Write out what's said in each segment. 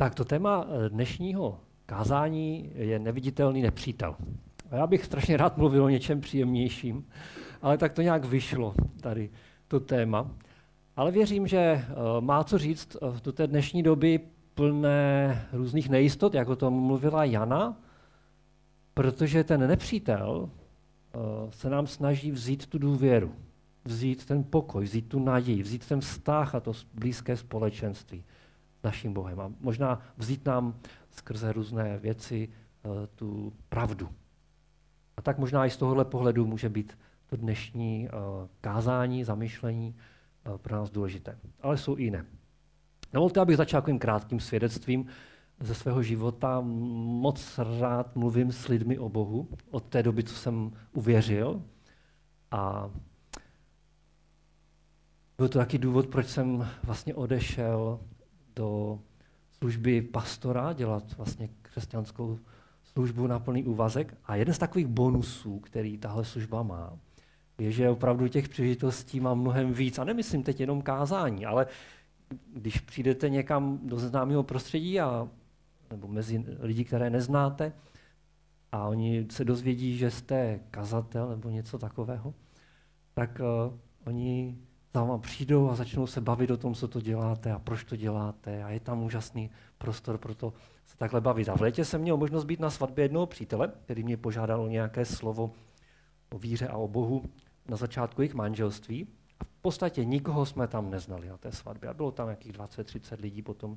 Tak to téma dnešního kázání je neviditelný nepřítel. A já bych strašně rád mluvil o něčem příjemnějším, ale tak to nějak vyšlo tady to téma. Ale věřím, že má co říct do té dnešní doby plné různých nejistot, jako o tom mluvila Jana, protože ten nepřítel se nám snaží vzít tu důvěru, vzít ten pokoj, vzít tu naději, vzít ten vztah a to blízké společenství s naším Bohem. A možná vzít nám skrze různé věci tu pravdu. A tak možná i z tohohle pohledu může být to dnešní kázání, zamyšlení pro nás důležité. Ale jsou i jiné. Dovolte, abych začal takovým krátkým svědectvím ze svého života. Moc rád mluvím s lidmi o Bohu od té doby, co jsem uvěřil. A byl to taky důvod, proč jsem vlastně odešel do služby pastora, dělat vlastně křesťanskou službu na plný úvazek. A jeden z takových bonusů, který tahle služba má, je, že opravdu těch příležitostí mám mnohem víc. A nemyslím teď jenom kázání, ale když přijdete někam do známého prostředí nebo mezi lidi, které neznáte, a oni se dozvědí, že jste kazatel nebo něco takového, tak oni za váma přijdou a začnou se bavit o tom, co to děláte a proč to děláte. A je tam úžasný prostor pro to se takhle bavit. A v létě jsem měl možnost být na svatbě jednoho přítele, který mě požádal o nějaké slovo o víře a o Bohu na začátku jejich manželství. A v podstatě nikoho jsme tam neznali na té svatbě. A bylo tam nějakých 20-30 lidí potom.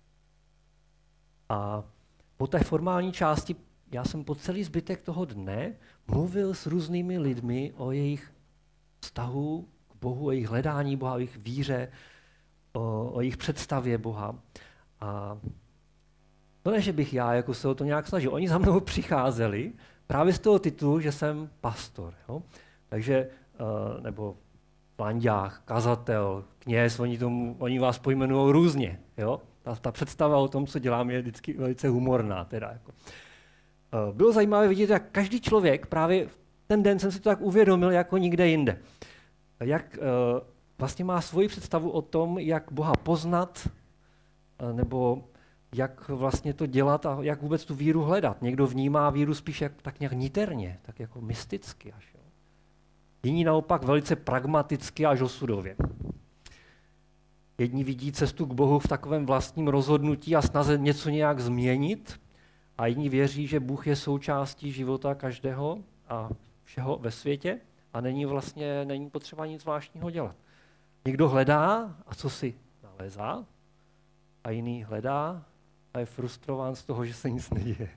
A po té formální části já jsem po celý zbytek toho dne mluvil s různými lidmi o jejich vztahu k Bohu, o jejich hledání Boha, o jejich víře, o jejich představě Boha. A to ne, že bych já jako se o to nějak snažil. Oni za mnou přicházeli právě z toho titulu, že jsem pastor. Jo? Takže, nebo planďák, kazatel, kněz, oni vás pojmenují různě. Jo? Ta představa o tom, co dělám, je vždycky velice humorná. Teda, jako. Bylo zajímavé vidět, jak každý člověk, právě v ten den jsem si to tak uvědomil jako nikde jinde. Jak vlastně má svoji představu o tom, jak Boha poznat, nebo jak vlastně to dělat a jak vůbec tu víru hledat. Někdo vnímá víru spíš tak nějak niterně, tak jako mysticky až. Jo. Jiní naopak velice pragmaticky až osudově. Jedni vidí cestu k Bohu v takovém vlastním rozhodnutí a snaze něco nějak změnit, a jiní věří, že Bůh je součástí života každého a všeho ve světě a není potřeba nic zvláštního dělat. Někdo hledá a co si nalézá, a jiný hledá a je frustrován z toho, že se nic neděje.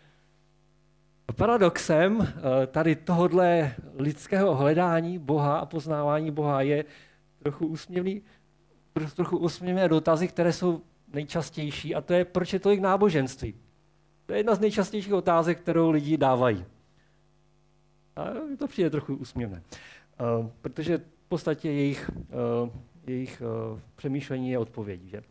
Paradoxem tady tohodle lidského hledání Boha a poznávání Boha je trochu úsměvné dotazy, které jsou nejčastější, a to je, proč je tolik náboženství. To je jedna z nejčastějších otázek, kterou lidi dávají. A to přijde trochu úsměvné, protože v podstatě jejich přemýšlení je odpovědí. Že?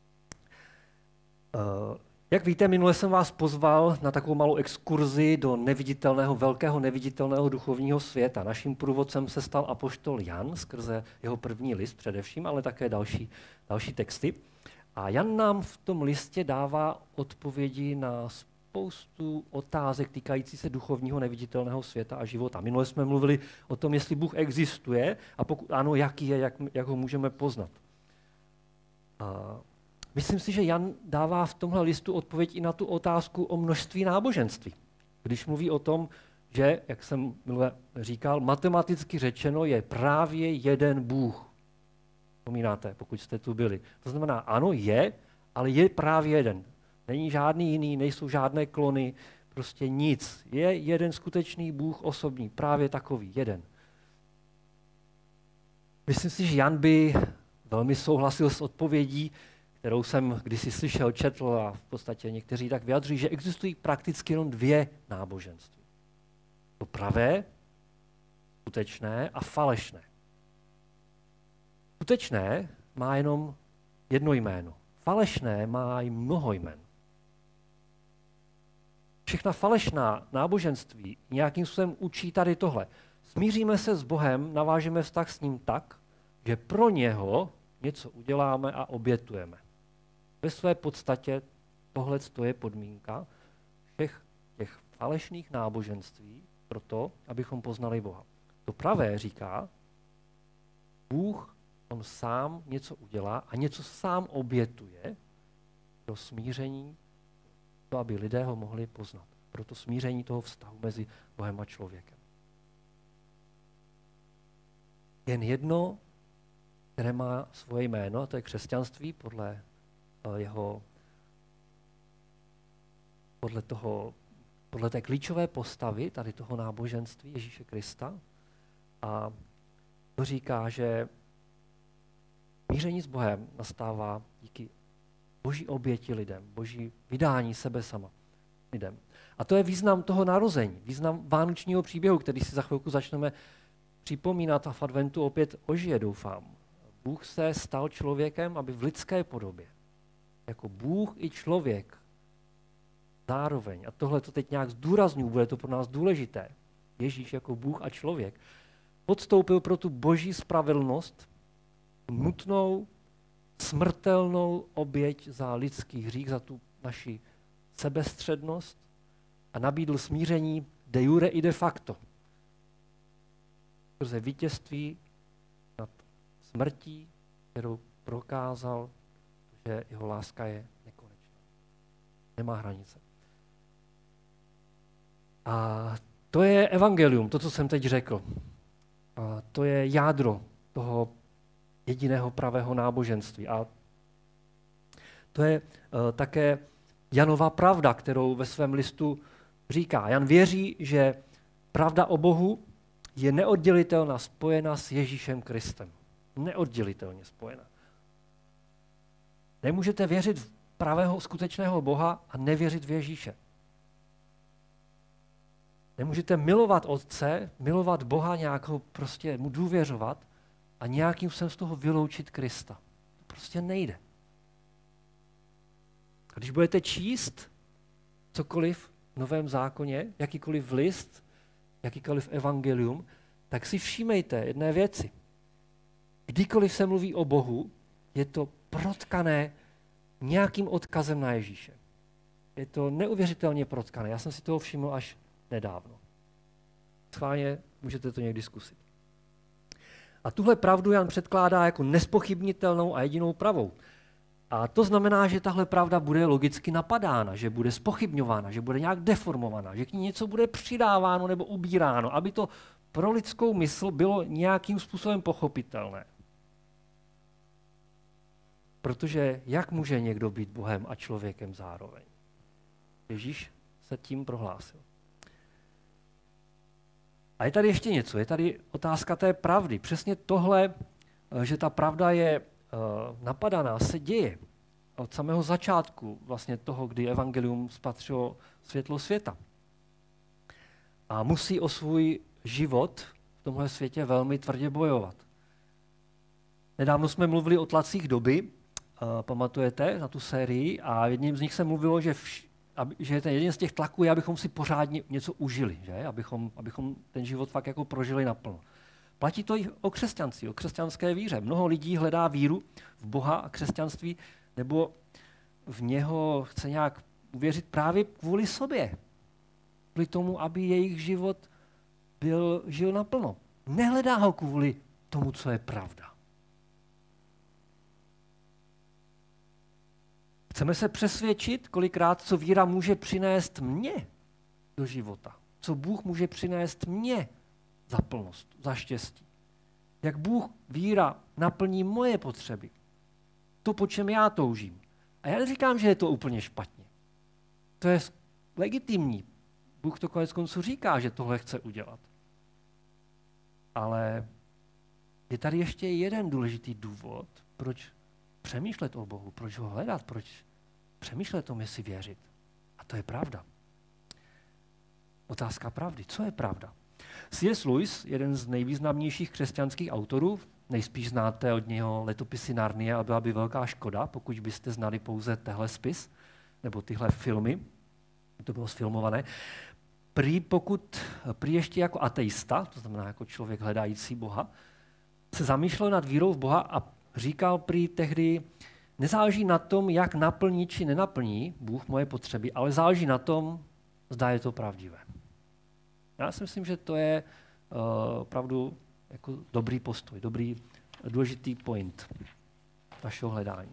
Jak víte, minule jsem vás pozval na takovou malou exkurzi do velkého neviditelného duchovního světa. Naším průvodcem se stal apoštol Jan skrze jeho první list především, ale také další texty. A Jan nám v tom listě dává odpovědi na spoustu otázek týkající se duchovního neviditelného světa a života. Minule jsme mluvili o tom, jestli Bůh existuje a pokud ano, jaký je, jak ho můžeme poznat. A myslím si, že Jan dává v tomhle listu odpověď i na tu otázku o množství náboženství. Když mluví o tom, že, jak jsem minule říkal, matematicky řečeno je právě jeden Bůh. Vzpomínáte, pokud jste tu byli. To znamená, ano, je, ale je právě jeden. Není žádný jiný, nejsou žádné klony, prostě nic. Je jeden skutečný Bůh osobní, právě takový, jeden. Myslím si, že Jan by velmi souhlasil s odpovědí, kterou jsem kdysi slyšel, četl a v podstatě někteří tak vyjadřují, že existují prakticky jenom dvě náboženství. To pravé, skutečné a falešné. Skutečné má jenom jedno jméno. Falešné má i mnoho jmen. Všechna falešná náboženství nějakým způsobem učí tady tohle. Smíříme se s Bohem, navážeme vztah s ním tak, že pro něho něco uděláme a obětujeme. Ve své podstatě tohle je podmínka všech těch falešných náboženství pro to, abychom poznali Boha. To pravé říká, Bůh, on sám něco udělá a něco sám obětuje do smíření, to, aby lidé ho mohli poznat. Proto smíření toho vztahu mezi Bohem a člověkem. Jen jedno, které má svoje jméno, to je křesťanství podle té klíčové postavy tady toho náboženství Ježíše Krista. A to říká, že smíření s Bohem nastává díky Boží oběti lidem, Boží vydání sebe sama lidem. A to je význam toho narození, význam vánočního příběhu, který si za chvilku začneme připomínat a v adventu opět ožije, doufám. Bůh se stal člověkem, aby v lidské podobě, jako Bůh i člověk, zároveň, a tohle to teď nějak zdůrazňuji, bude to pro nás důležité, Ježíš jako Bůh a člověk, podstoupil pro tu Boží spravedlnost nutnou, smrtelnou oběť za lidský hřích, za tu naši sebestřednost a nabídl smíření de jure i de facto. Skrze vítězství nad smrtí, kterou prokázal, že jeho láska je nekonečná. Nemá hranice. A to je evangelium, to, co jsem teď řekl. A to je jádro toho jediného pravého náboženství. A to je také Janova pravda, kterou ve svém listu říká. Jan věří, že pravda o Bohu je neoddělitelná spojena s Ježíšem Kristem. Neoddělitelně spojena. Nemůžete věřit v pravého, skutečného Boha a nevěřit v Ježíše. Nemůžete milovat Otce, milovat Boha, nějakou prostě mu důvěřovat a nějakým způsobem z toho vyloučit Krista. To prostě nejde. A když budete číst cokoliv v Novém zákoně, jakýkoliv list, jakýkoliv evangelium, tak si všímejte jedné věci. Kdykoliv se mluví o Bohu, je to protkané nějakým odkazem na Ježíše. Je to neuvěřitelně protkané. Já jsem si toho všiml až nedávno. Schválně můžete to někdy zkusit. A tuhle pravdu Jan předkládá jako nespochybnitelnou a jedinou pravou. A to znamená, že tahle pravda bude logicky napadána, že bude zpochybňována, že bude nějak deformovaná, že k ní něco bude přidáváno nebo ubíráno, aby to pro lidskou mysl bylo nějakým způsobem pochopitelné. Protože jak může někdo být Bohem a člověkem zároveň? Ježíš se tím prohlásil. A je tady ještě něco, je tady otázka té pravdy. Přesně tohle, že ta pravda je napadaná, se děje od samého začátku vlastně toho, kdy evangelium spatřilo světlo světa. A musí o svůj život v tomhle světě velmi tvrdě bojovat. Nedávno jsme mluvili o tlacích doby, pamatujete na tu sérii, a jedním z nich se mluvilo, že ten jeden z těch tlaků je, abychom si pořádně něco užili, že? Abychom ten život fakt jako prožili naplno. Platí to i o křesťanství, o křesťanské víře. Mnoho lidí hledá víru v Boha a křesťanství, nebo v něho chce nějak uvěřit právě kvůli sobě. Kvůli tomu, aby jejich život žil naplno. Nehledá ho kvůli tomu, co je pravda. Chceme se přesvědčit, kolikrát, co víra může přinést mně do života. Co Bůh může přinést mně za plnost, za štěstí. Jak Bůh, víra, naplní moje potřeby. To, po čem já toužím. A já neříkám, že je to úplně špatně. To je legitimní. Bůh to konec konců říká, že tohle chce udělat. Ale je tady ještě jeden důležitý důvod, proč přemýšlet o Bohu, proč ho hledat, proč přemýšlet o tom, jestli věřit. A to je pravda. Otázka pravdy. Co je pravda? C.S. Lewis, jeden z nejvýznamnějších křesťanských autorů, nejspíš znáte od něho Letopisy Narnie a byla by velká škoda, pokud byste znali pouze tehle spis, nebo tyhle filmy, to bylo sfilmované. Prý ještě jako ateista, to znamená jako člověk hledající Boha, se zamýšlel nad vírou v Boha a říkal prý tehdy, nezáleží na tom, jak naplní či nenaplní Bůh moje potřeby, ale záleží na tom, zda je to pravdivé. Já si myslím, že to je opravdu jako dobrý postoj, důležitý point našeho hledání.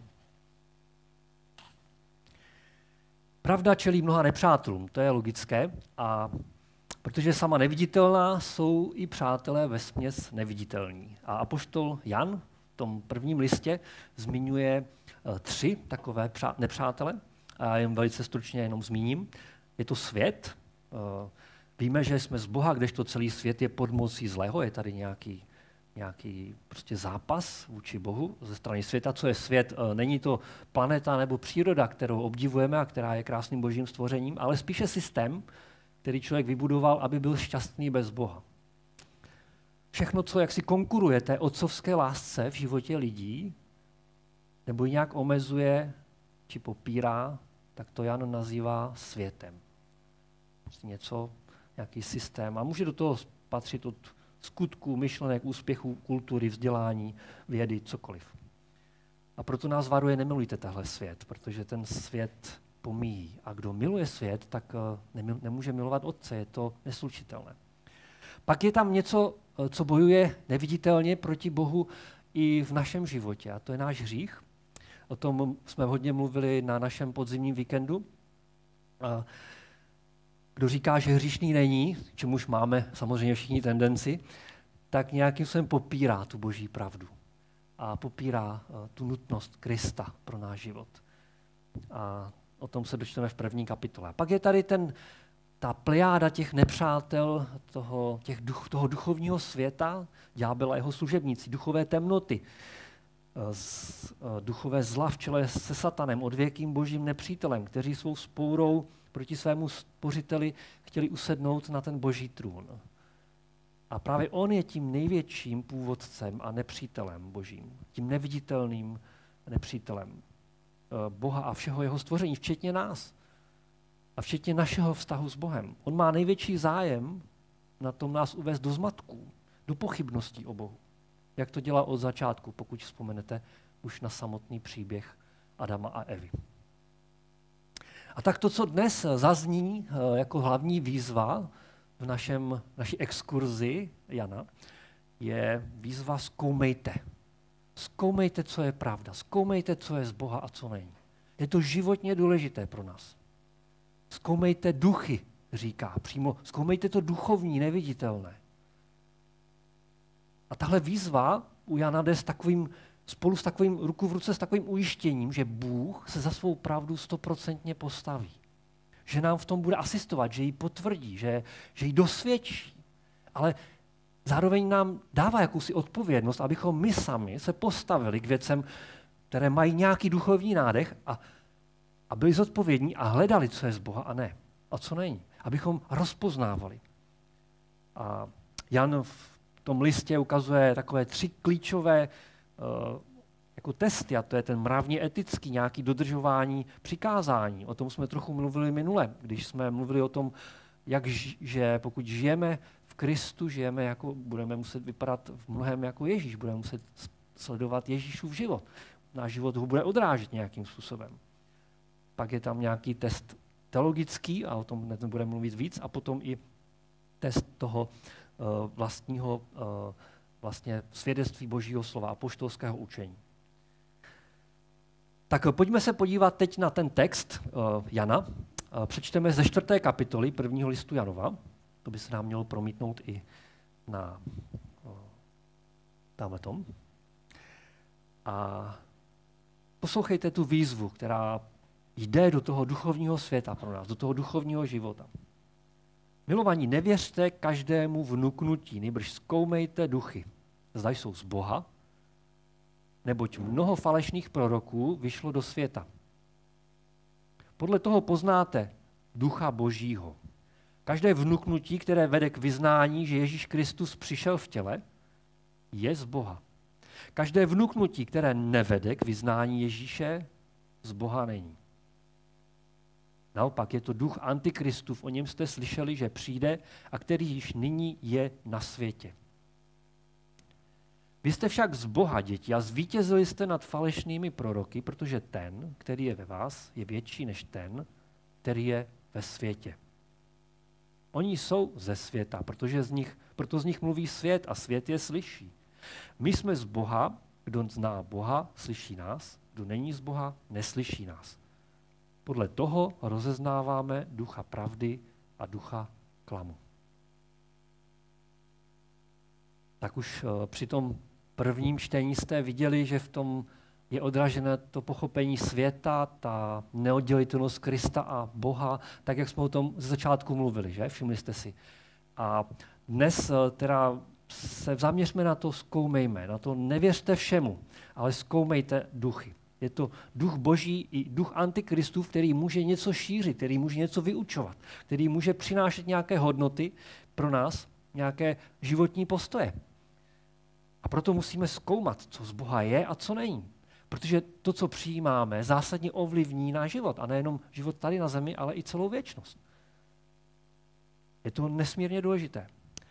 Pravda čelí mnoha nepřátelům, to je logické, a protože je sama neviditelná, jsou i přátelé vesměs neviditelní. A apoštol Jan v tom prvním listě zmiňuje 3 takové nepřátele, a já jen velice stručně jenom zmíním. Je to svět, víme, že jsme z Boha, kdežto celý svět je pod mocí zlého, je tady nějaký prostě zápas vůči Bohu ze strany světa. Co je svět? Není to planeta nebo příroda, kterou obdivujeme a která je krásným božím stvořením, ale spíše systém, který člověk vybudoval, aby byl šťastný bez Boha. Všechno, co jaksi konkuruje té otcovské lásce v životě lidí, nebo ji nějak omezuje či popírá, tak to Jan nazývá světem. Prostě nějaký systém. A může do toho patřit od skutků, myšlenek, úspěchů, kultury, vzdělání, vědy, cokoliv. A proto nás varuje, nemilujte tahle svět, protože ten svět pomíjí. A kdo miluje svět, tak nemůže milovat Otce, je to neslučitelné. Pak je tam něco, co bojuje neviditelně proti Bohu i v našem životě, a to je náš hřích. O tom jsme hodně mluvili na našem podzimním víkendu. Kdo říká, že hříšný není, čemuž máme samozřejmě všichni tendenci, tak nějakým způsobem popírá tu boží pravdu a popírá tu nutnost Krista pro náš život. A o tom se dočteme v 1. kapitole. A pak je tady ta plejáda těch nepřátel toho duchovního světa, ďábela a jeho služebníci, duchové temnoty, duchové zla v čele se satanem, odvěkým božím nepřítelem, kteří svou vzpourou proti svému stvořiteli chtěli usednout na ten boží trůn. A právě on je tím největším původcem a nepřítelem božím, tím neviditelným nepřítelem Boha a všeho jeho stvoření, včetně nás a včetně našeho vztahu s Bohem. On má největší zájem na tom nás uvést do zmatků, do pochybností o Bohu. Jak to dělal od začátku, pokud vzpomenete už na samotný příběh Adama a Evy. A tak to, co dnes zazní jako hlavní výzva v naší exkurzi Jana, je výzva zkoumejte. Zkoumejte, co je pravda. Zkoumejte, co je z Boha a co není. Je to životně důležité pro nás. Zkoumejte duchy, říká přímo. Zkoumejte to duchovní, neviditelné. A tahle výzva u Jana jde spolu s takovým ruku v ruce s takovým ujištěním, že Bůh se za svou pravdu 100% postaví. Že nám v tom bude asistovat, že ji potvrdí, že ji dosvědčí. Ale zároveň nám dává jakousi odpovědnost, abychom my sami se postavili k věcem, které mají nějaký duchovní nádech a byli zodpovědní a hledali, co je z Boha a ne. A co není. Abychom rozpoznávali. A Jan v tom listě ukazuje takové 3 klíčové jako testy, a to je ten mravně etický, nějaký dodržování přikázání. O tom jsme trochu mluvili minule, když jsme mluvili o tom, že pokud žijeme v Kristu, budeme muset vypadat v mnohem jako Ježíš, budeme muset sledovat Ježíšův život. Náš život ho bude odrážet nějakým způsobem. Pak je tam nějaký test teologický, a o tom budeme mluvit víc, a potom i test toho vlastního vlastně svědectví Božího slova, apoštolského učení. Tak pojďme se podívat teď na ten text Jana. Přečteme ze 4. kapitoly 1. listu Janova. To by se nám mělo promítnout i na tamhletom. A poslouchejte tu výzvu, která jde do toho duchovního světa pro nás, do toho duchovního života. Milovaní, nevěřte každému vnuknutí, nýbrž zkoumejte duchy. Zda jsou z Boha, neboť mnoho falešných proroků vyšlo do světa. Podle toho poznáte ducha Božího. Každé vnuknutí, které vede k vyznání, že Ježíš Kristus přišel v těle, je z Boha. Každé vnuknutí, které nevede k vyznání Ježíše, z Boha není. Naopak je to duch Antikristův, o něm jste slyšeli, že přijde a který již nyní je na světě. Vy jste však z Boha děti a zvítězili jste nad falešnými proroky, protože ten, který je ve vás, je větší než ten, který je ve světě. Oni jsou ze světa, proto z nich mluví svět a svět je slyší. My jsme z Boha, kdo zná Boha, slyší nás, kdo není z Boha, neslyší nás. Podle toho rozeznáváme ducha pravdy a ducha klamu. Tak už při tom prvním čtení jste viděli, že v tom je odražené to pochopení světa, ta neoddělitelnost Krista a Boha, tak jak jsme o tom ze začátku mluvili, že? Všimli jste si. A dnes teda se zaměřme na to, zkoumejme, na to nevěřte všemu, ale zkoumejte duchy. Je to duch Boží i duch antikristův, který může něco šířit, který může něco vyučovat, který může přinášet nějaké hodnoty pro nás, nějaké životní postoje. A proto musíme zkoumat, co z Boha je a co není. Protože to, co přijímáme, zásadně ovlivní náš život. A nejenom život tady na zemi, ale i celou věčnost. Je to nesmírně důležité.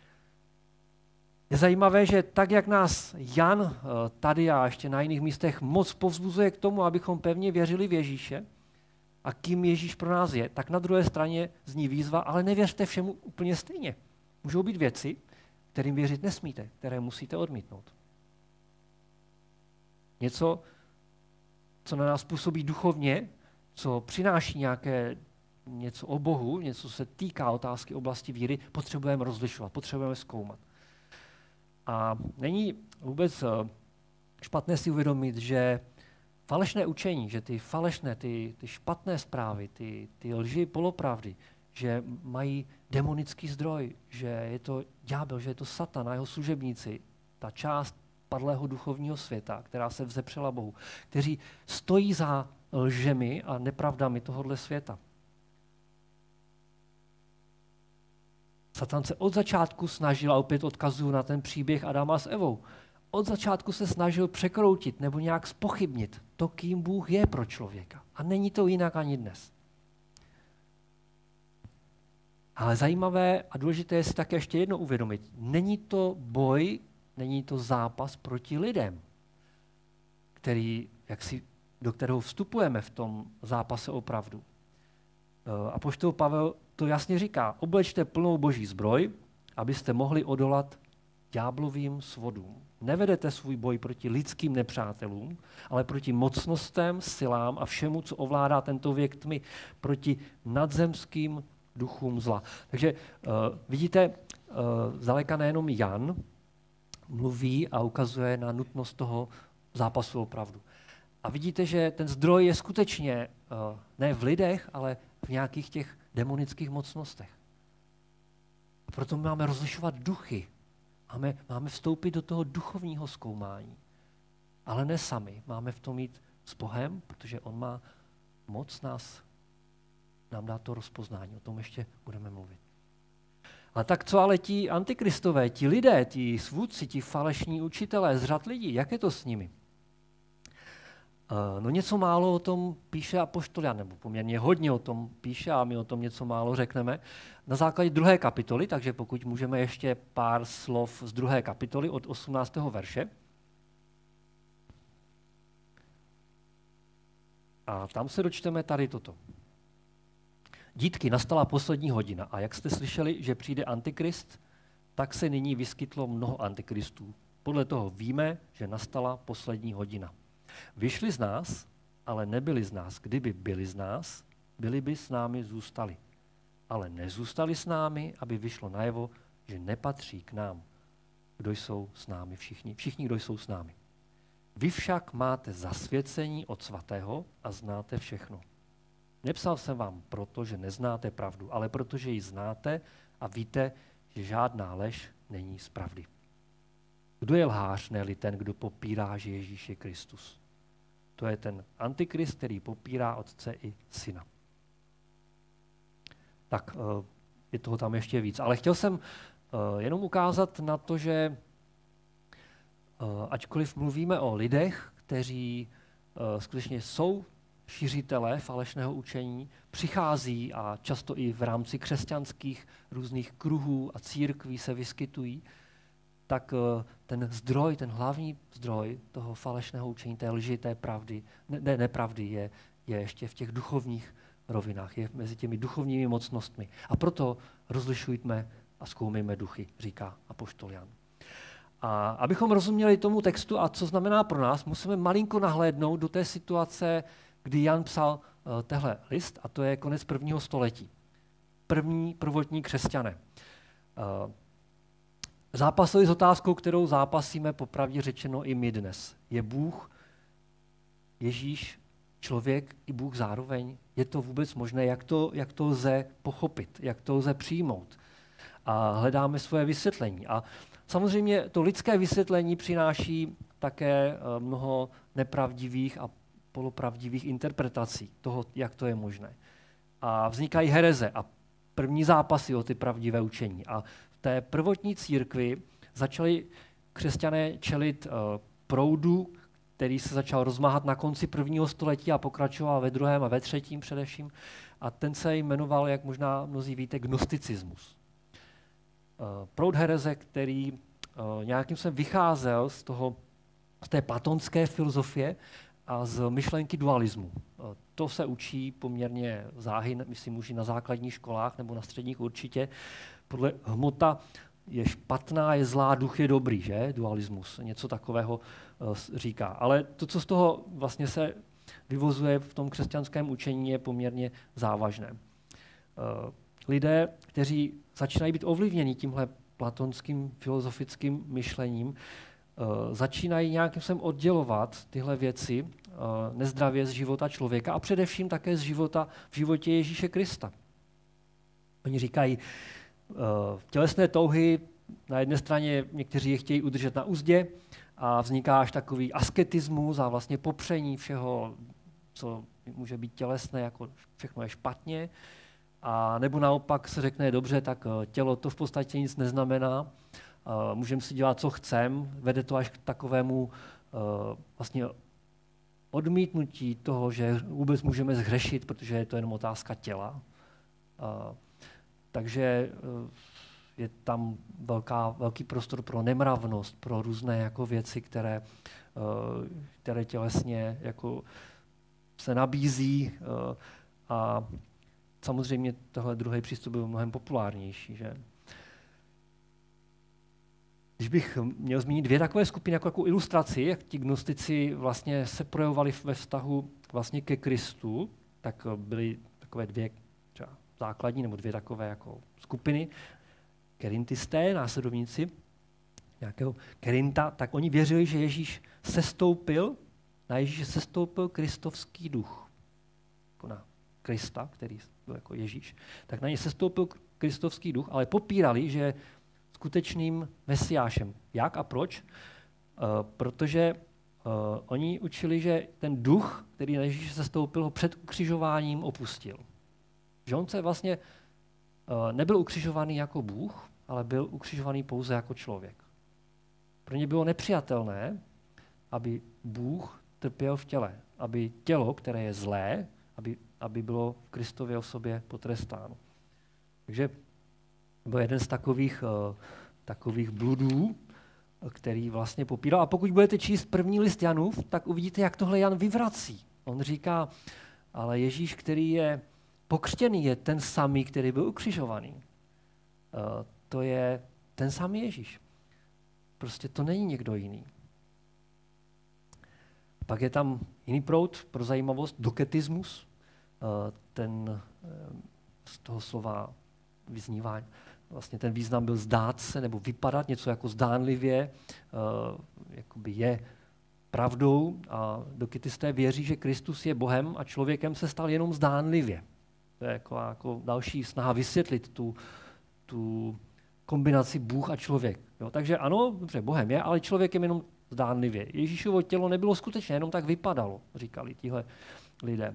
Je zajímavé, že tak, jak nás Jan tady a ještě na jiných místech moc povzbuzuje k tomu, abychom pevně věřili v Ježíše a kým Ježíš pro nás je, tak na druhé straně zní výzva, ale nevěřte všemu úplně stejně. Můžou být věci, kterým věřit nesmíte, které musíte odmítnout. Něco, co na nás působí duchovně, co přináší něco o Bohu, něco se týká otázky oblasti víry, potřebujeme rozlišovat, potřebujeme zkoumat. A není vůbec špatné si uvědomit, že falešné učení, že ty falešné, ty špatné zprávy, ty lži, polopravdy, že mají demonický zdroj, že je to ďábel, že je to Satan a jeho služebníci, ta část padlého duchovního světa, která se vzepřela Bohu, kteří stojí za lžemi a nepravdami tohohle světa. Satan se od začátku snažil, a opět odkazuju na ten příběh Adama s Evou, od začátku se snažil překroutit nebo nějak zpochybnit to, kým Bůh je pro člověka. A není to jinak ani dnes. Ale zajímavé a důležité je si také ještě jedno uvědomit. Není to boj, není to zápas proti lidem, do kterého vstupujeme v tom zápase opravdu. Apoštol Pavel to jasně říká, oblečte plnou boží zbroj, abyste mohli odolat ďáblovým svodům. Nevedete svůj boj proti lidským nepřátelům, ale proti mocnostem, silám a všemu, co ovládá tento věk tmy, proti nadzemským duchům zla. Takže vidíte, zdaleka nejenom Jan mluví a ukazuje na nutnost toho zápasu opravdu. A vidíte, že ten zdroj je skutečně ne v lidech, ale v nějakých těch demonických mocnostech. A proto máme rozlišovat duchy. Máme vstoupit do toho duchovního zkoumání. Ale ne sami. Máme v tom jít s Bohem, protože on má moc nám dá to rozpoznání. O tom ještě budeme mluvit. A tak co ale ti antikristové, ti lidé, ti svůdci, ti falešní učitelé z řad lidí, jak je to s nimi? No něco málo o tom píše apoštol Jan, nebo poměrně hodně o tom píše a my o tom něco málo řekneme. Na základě 2. kapitoly, takže pokud můžeme ještě pár slov z 2. kapitoly od 18. verše. A tam se dočteme tady toto. Dítky, nastala poslední hodina a jak jste slyšeli, že přijde antikrist, tak se nyní vyskytlo mnoho antikristů. Podle toho víme, že nastala poslední hodina. Vyšli z nás, ale nebyli z nás. Kdyby byli z nás, byli by s námi zůstali. Ale nezůstali s námi, aby vyšlo najevo, že nepatří k nám, kdo jsou s námi všichni, kdo jsou s námi. Vy však máte zasvěcení od svatého a znáte všechno. Nepsal jsem vám proto, že neznáte pravdu, ale protože ji znáte a víte, že žádná lež není z pravdy. Kdo je lhář, ne-li ten, kdo popírá, že Ježíš je Kristus? To je ten antikrist, který popírá Otce i Syna. Tak, je toho tam ještě víc. Ale chtěl jsem jenom ukázat na to, že ačkoliv mluvíme o lidech, kteří skutečně jsou šířitelé falešného učení, přichází a často i v rámci křesťanských různých kruhů a církví se vyskytují, tak ten zdroj, ten hlavní zdroj toho falešného učení, té lži, té pravdy, nepravdy je ještě v těch duchovních rovinách, je mezi těmi duchovními mocnostmi. A proto rozlišujme a zkoumejme duchy, říká apoštol Jan. A abychom rozuměli tomu textu a co znamená pro nás, musíme malinko nahlédnout do té situace, kdy Jan psal tehle list, a to je konec 1. století. Prvotní křesťané. Zápasili s otázkou, kterou zápasíme popravdě řečeno i my dnes. Je Bůh, Ježíš, člověk i Bůh zároveň? Je to vůbec možné? Jak to lze pochopit? Jak to lze přijmout? A hledáme svoje vysvětlení. A samozřejmě to lidské vysvětlení přináší také mnoho nepravdivých a polopravdivých interpretací toho, jak to je možné. A vznikají hereze a první zápasy o ty pravdivé učení. A v té prvotní církvi začali křesťané čelit proudu, který se začal rozmáhat na konci 1. století a pokračoval ve 2. a ve 3. především. A ten se jmenoval, jak možná mnozí víte, gnosticismus. Proud hereze, který nějakým způsobem vycházel z té platonské filozofie a z myšlenky dualismu. To se učí poměrně záhy, myslím, už i na základních školách nebo na středních určitě. Podle hmota je špatná, je zlá, duch je dobrý, že? Dualismus, něco takového říká. Ale to, co z toho vlastně se vyvozuje v tom křesťanském učení, je poměrně závažné. Lidé, kteří začínají být ovlivněni tímhle platonským filozofickým myšlením, začínají nějakým způsobem oddělovat tyhle věci nezdravě z života člověka a především také z života v životě Ježíše Krista. Oni říkají, tělesné touhy, na jedné straně někteří je chtějí udržet na uzdě a vzniká až takový asketismus a vlastně popření všeho, co může být tělesné, jako všechno je špatně. A nebo naopak se řekne, dobře, tak tělo to v podstatě nic neznamená, můžeme si dělat, co chceme, vede to až k takovému vlastně odmítnutí toho, že vůbec můžeme zhřešit, protože je to jenom otázka těla. Takže je tam velký prostor pro nemravnost, pro různé jako věci, které tělesně jako se nabízí. A samozřejmě tohle druhý přístup byl mnohem populárnější. Že? Když bych měl zmínit dvě takové skupiny jako ilustraci, jak ti gnostici vlastně se projevovali ve vztahu vlastně ke Kristu, tak byly takové dvě třeba základní nebo dvě takové jako skupiny. Kerintisté, následovníci nějakého Kerinta, tak oni věřili, že na Ježíše sestoupil kristovský duch. Na Krista, který byl jako Ježíš, tak na ně sestoupil kristovský duch, ale popírali, že je skutečným mesiášem. Jak a proč? Protože oni učili, že ten duch, který na Ježíše sestoupil, ho před ukřižováním opustil. Že on se vlastně nebyl ukřižovaný jako Bůh, ale byl ukřižovaný pouze jako člověk. Pro ně bylo nepřijatelné, aby Bůh trpěl v těle, aby tělo, které je zlé, aby bylo v Kristově osobě potrestáno. Takže byl jeden z takových bludů, který vlastně popíral. A pokud budete číst první list Janův, tak uvidíte, jak tohle Jan vyvrací. On říká, ale Ježíš, který je pokřtěný, je ten samý, který byl ukřižovaný. To je ten samý Ježíš. Prostě to není někdo jiný. Pak je tam jiný proud pro zajímavost, doketismus. Ten z toho slova vyznívá, vlastně ten význam byl zdát se nebo vypadat, něco jako zdánlivě, jakoby je pravdou a doketisté věří, že Kristus je Bohem a člověkem se stal jenom zdánlivě. To je jako další snaha vysvětlit tu kombinaci Bůh a člověk. Jo, takže ano, dobře, Bohem je, ale člověkem jenom zdánlivě. Ježíšovo tělo nebylo skutečné, jenom tak vypadalo, říkali tihle lidé.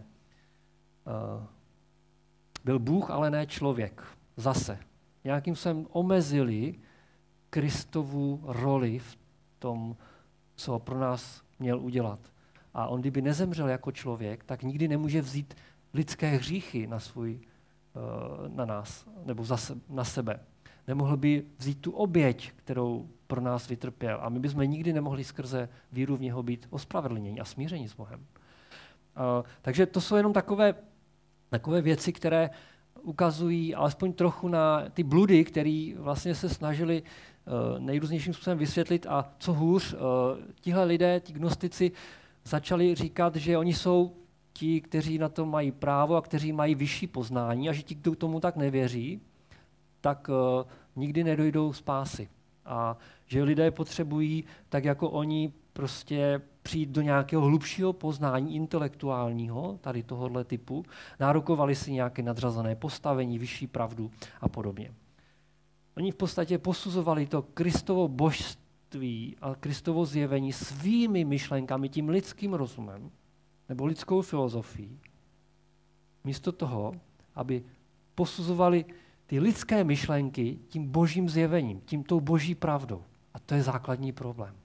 Byl Bůh, ale ne člověk. Zase. Nějakým způsobem omezili Kristovu roli v tom, co pro nás měl udělat. A on, kdyby nezemřel jako člověk, tak nikdy nemůže vzít lidské hříchy na nás, nebo na sebe. Nemohl by vzít tu oběť, kterou pro nás vytrpěl. A my bychom nikdy nemohli skrze víru v něho být ospravedlněni a smíření s Bohem. Takže to jsou jenom takové věci, které ukazují alespoň trochu na ty bludy, které vlastně se snažili nejrůznějším způsobem vysvětlit a co hůř, tihle lidé, ti gnostici, začali říkat, že oni jsou ti, kteří na to mají právo a kteří mají vyšší poznání a že ti, kdo tomu tak nevěří, tak nikdy nedojdou spásy. A že lidé potřebují, tak jako oni, prostě přijít do nějakého hlubšího poznání intelektuálního, tady tohohle typu, nárokovali si nějaké nadřazené postavení, vyšší pravdu a podobně. Oni v podstatě posuzovali to Kristovo božství a Kristovo zjevení svými myšlenkami, tím lidským rozumem nebo lidskou filozofií, místo toho, aby posuzovali ty lidské myšlenky tím božím zjevením, tím tou boží pravdou. A to je základní problém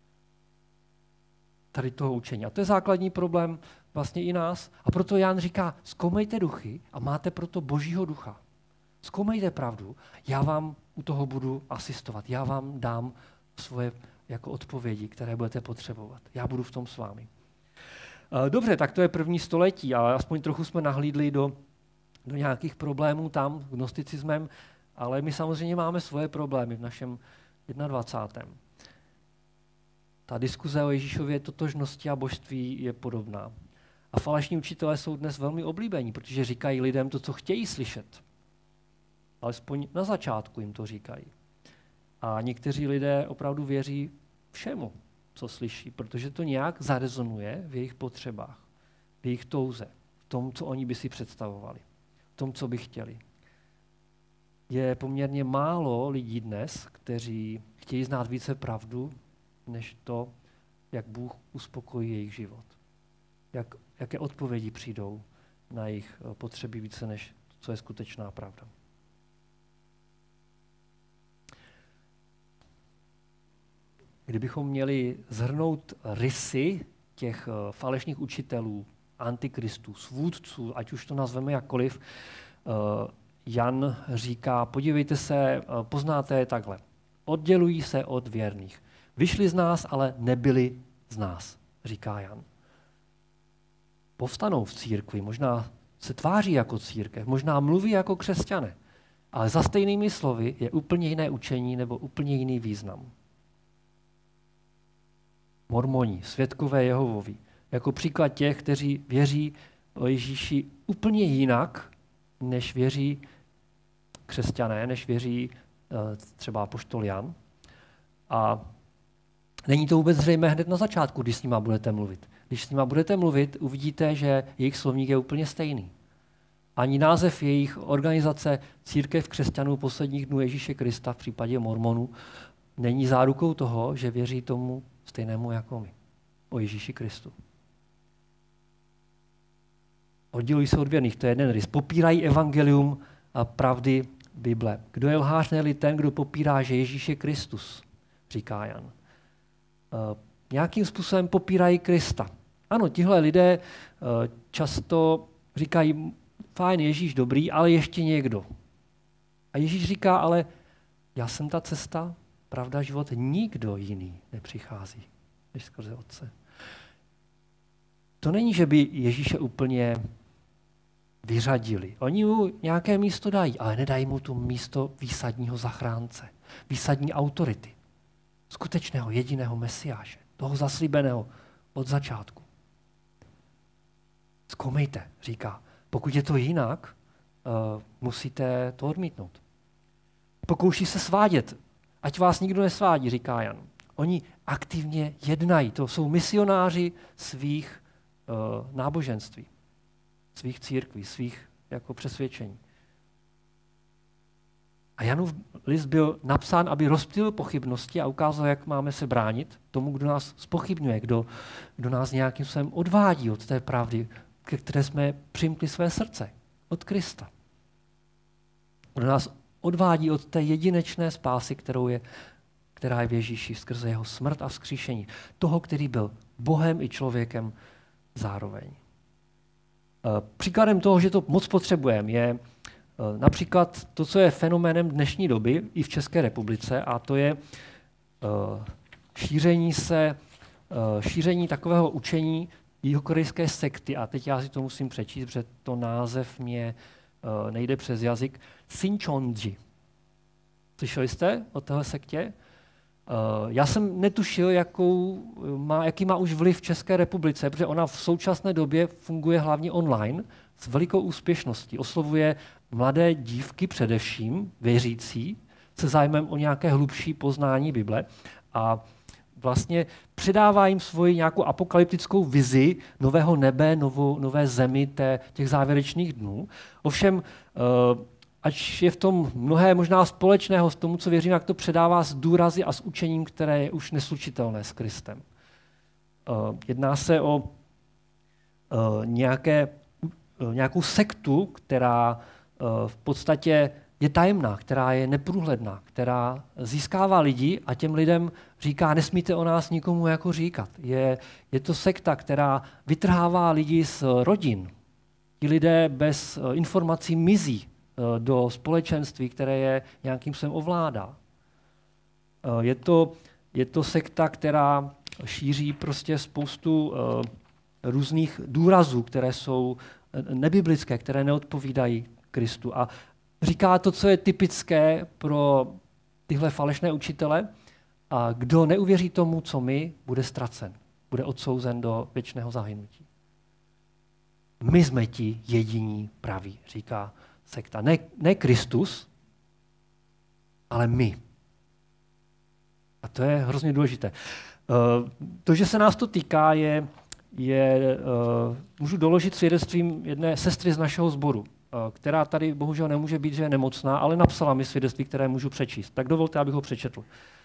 tady toho učení. A to je základní problém vlastně i nás. A proto Jan říká, zkoumejte duchy a máte proto božího ducha. Zkoumejte pravdu, já vám u toho budu asistovat, já vám dám svoje jako odpovědi, které budete potřebovat. Já budu v tom s vámi. Dobře, tak to je první století, ale aspoň trochu jsme nahlídli do nějakých problémů tam s gnosticismem, ale my samozřejmě máme svoje problémy v našem 21. Ta diskuze o Ježíšově totožnosti a božství je podobná. A falešní učitelé jsou dnes velmi oblíbení, protože říkají lidem to, co chtějí slyšet. Alespoň na začátku jim to říkají. A někteří lidé opravdu věří všemu, co slyší, protože to nějak zarezonuje v jejich potřebách, v jejich touze, v tom, co oni by si představovali, v tom, co by chtěli. Je poměrně málo lidí dnes, kteří chtějí znát více pravdu, než to, jak Bůh uspokojí jejich život. Jaké odpovědi přijdou na jejich potřeby více, než co je skutečná pravda. Kdybychom měli shrnout rysy těch falešných učitelů, antikristů, svůdců, ať už to nazveme jakkoliv, Jan říká, podívejte se, poznáte je takhle. Oddělují se od věrných. Vyšli z nás, ale nebyli z nás, říká Jan. Povstanou v církvi, možná se tváří jako církev, možná mluví jako křesťané, ale za stejnými slovy je úplně jiné učení nebo úplně jiný význam. Mormoni, svědkové Jehovovi, jako příklad těch, kteří věří o Ježíši úplně jinak, než věří křesťané, než věří třeba apoštol Jan. A není to vůbec zřejmé hned na začátku, když s nima budete mluvit. Když s nima budete mluvit, uvidíte, že jejich slovník je úplně stejný. Ani název jejich organizace Církev křesťanů posledních dnů Ježíše Krista v případě Mormonů není zárukou toho, že věří tomu stejnému jako my, o Ježíši Kristu. Oddělují se od věrných, to je jeden rys. Popírají evangelium a pravdy Bible. Kdo je lhář, ne-li ten, kdo popírá, že Ježíš je Kristus, říká Jan. Nějakým způsobem popírají Krista. Ano, tihle lidé často říkají, fajn, Ježíš dobrý, ale ještě někdo. A Ježíš říká, ale já jsem ta cesta, pravda, život, nikdo jiný nepřichází, než skrze Otce. To není, že by Ježíše úplně vyřadili. Oni mu nějaké místo dají, ale nedají mu to místo výsadního zachránce, výsadní autority, skutečného jediného Mesiáše, toho zaslíbeného od začátku. Zkoumejte, říká. Pokud je to jinak, musíte to odmítnout. Pokouší se svádět. Ať vás nikdo nesvádí, říká Jan. Oni aktivně jednají. To jsou misionáři svých náboženství, svých církví, svých jako přesvědčení. A Janův list byl napsán, aby rozptýlil pochybnosti a ukázal, jak máme se bránit tomu, kdo nás zpochybňuje, kdo nás nějakým způsobem odvádí od té pravdy, ke které jsme přimkli své srdce, od Krista. Kdo nás odvádí od té jedinečné spásy, která je v Ježíši skrze jeho smrt a vzkříšení. Toho, který byl Bohem i člověkem zároveň. Příkladem toho, že to moc potřebujeme, je Například to, co je fenoménem dnešní doby i v České republice, a to je šíření takového učení jihokorejské sekty. A teď já si to musím přečíst, protože to název mě nejde přes jazyk. Sincheonji. Slyšeli jste o téhle sektě? Já jsem netušil, jaký má už vliv v České republice, protože ona v současné době funguje hlavně online s velikou úspěšností. Oslovuje mladé dívky především, věřící, se zájmem o nějaké hlubší poznání Bible a vlastně předává jim svoji nějakou apokalyptickou vizi nového nebe, nové zemi těch závěrečných dnů. Ovšem, ač je v tom mnohé možná společného s tomu, co věřím, jak to předává s důrazy a s učením, které je už neslučitelné s Kristem. Jedná se o nějakou sektu, která v podstatě je tajemná, která je neprůhledná, která získává lidi a těm lidem říká, nesmíte o nás nikomu jako říkat. Je to sekta, která vytrhává lidi z rodin. Ti lidé bez informací mizí do společenství, které je nějakým způsobem ovládá. Je to sekta, která šíří prostě spoustu různých důrazů, které jsou nebiblické, které neodpovídají Kristu. A říká to, co je typické pro tyhle falešné učitele. A kdo neuvěří tomu, co my, bude ztracen. Bude odsouzen do věčného zahynutí. My jsme ti jediní praví, říká sekta. Ne Kristus, ale my. A to je hrozně důležité. To, že se nás to týká, můžu doložit svědectvím jedné sestry z našeho sboru, která tady bohužel nemůže být, že je nemocná, ale napsala mi svědectví, které můžu přečíst. Tak dovolte, abych ho přečetl.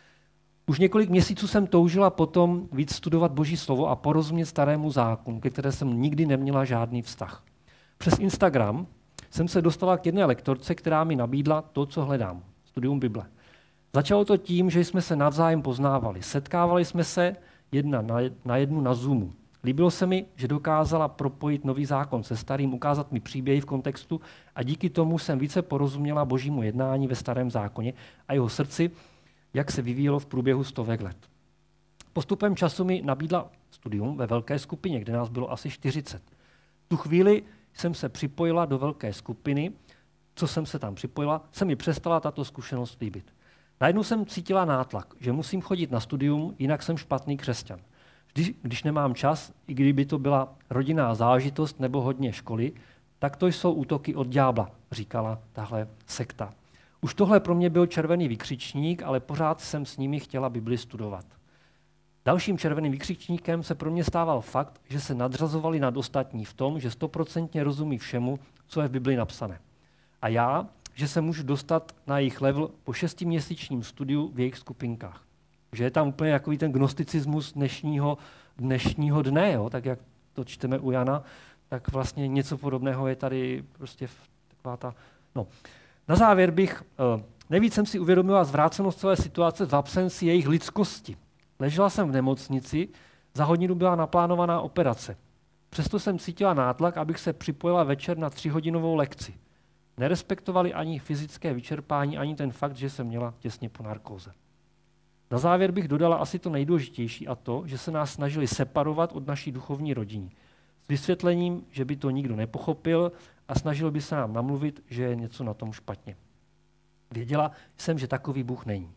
Už několik měsíců jsem toužila potom víc studovat Boží slovo a porozumět starému zákonu, ke které jsem nikdy neměla žádný vztah. Přes Instagram jsem se dostala k jedné lektorce, která mi nabídla to, co hledám, studium Bible. Začalo to tím, že jsme se navzájem poznávali. Setkávali jsme se jedna na jednu na Zoomu. Líbilo se mi, že dokázala propojit nový zákon se starým, ukázat mi příběhy v kontextu a díky tomu jsem více porozuměla Božímu jednání ve starém zákoně a jeho srdci, jak se vyvíjelo v průběhu stovek let. Postupem času mi nabídla studium ve velké skupině, kde nás bylo asi 40. V tu chvíli jsem se připojila do velké skupiny, co jsem se tam připojila, se mi přestala tato zkušenost líbit. Najednou jsem cítila nátlak, že musím chodit na studium, jinak jsem špatný křesťan. Když nemám čas, i kdyby to byla rodinná záležitost nebo hodně školy, tak to jsou útoky od ďábla, říkala tahle sekta. Už tohle pro mě byl červený vykřičník, ale pořád jsem s nimi chtěla Bibli studovat. Dalším červeným vykřičníkem se pro mě stával fakt, že se nadřazovali nad ostatní v tom, že 100% rozumí všemu, co je v Bibli napsané. A já, že se můžu dostat na jejich level po 6měsíčním studiu v jejich skupinkách. Že je tam úplně takový ten gnosticismus dnešního dne, jo? Tak jak to čteme u Jana, tak vlastně něco podobného je tady prostě taková ta... No. Na závěr nejvíc jsem si uvědomila zvrácenost celé situace v absenci jejich lidskosti. Ležela jsem v nemocnici, za hodinu byla naplánovaná operace. Přesto jsem cítila nátlak, abych se připojila večer na 3hodinovou lekci. Nerespektovali ani fyzické vyčerpání, ani ten fakt, že jsem měla těsně po narkóze. Na závěr bych dodala asi to nejdůležitější a to, že se nás snažili separovat od naší duchovní rodiny. S vysvětlením, že by to nikdo nepochopil a snažil by se nám namluvit, že je něco na tom špatně. Věděla jsem, že takový Bůh není.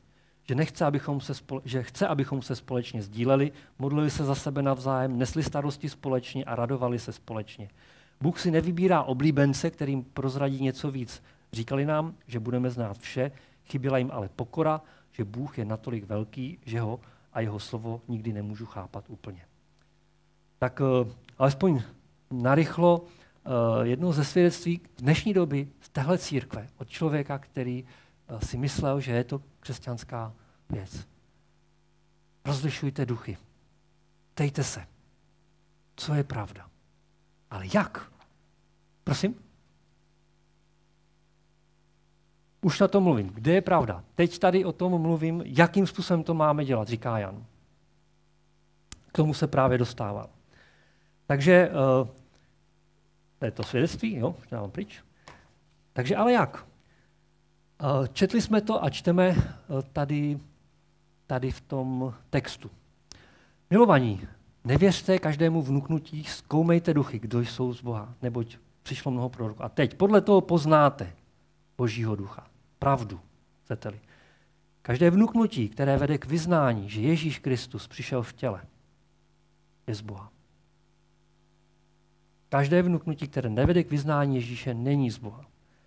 Že chce, abychom se společně sdíleli, modlili se za sebe navzájem, nesli starosti společně a radovali se společně. Bůh si nevybírá oblíbence, kterým prozradí něco víc. Říkali nám, že budeme znát vše, chyběla jim ale pokora, že Bůh je natolik velký, že ho a jeho slovo nikdy nemůžu chápat úplně. Tak alespoň narychlo jedno ze svědectví dnešní doby z téhle církve od člověka, který si myslel, že je to křesťanská věc. Rozlišujte duchy. Ptejte se, co je pravda. Ale jak? Prosím? Už na tom mluvím. Kde je pravda? Teď tady o tom mluvím, jakým způsobem to máme dělat, říká Jan. K tomu se právě dostává. Takže to je to svědectví, jo, už dávám pryč. Takže ale jak? Četli jsme to a čteme tady v tom textu. Milovaní, nevěřte každému vnuknutí, zkoumejte duchy, kdo jsou z Boha, neboť přišlo mnoho proroků. A teď podle toho poznáte Božího ducha, pravdu, chcete-li. Každé vnuknutí, které vede k vyznání, že Ježíš Kristus přišel v těle, je z Boha. Každé vnuknutí, které nevede k vyznání Ježíše, není z Boha.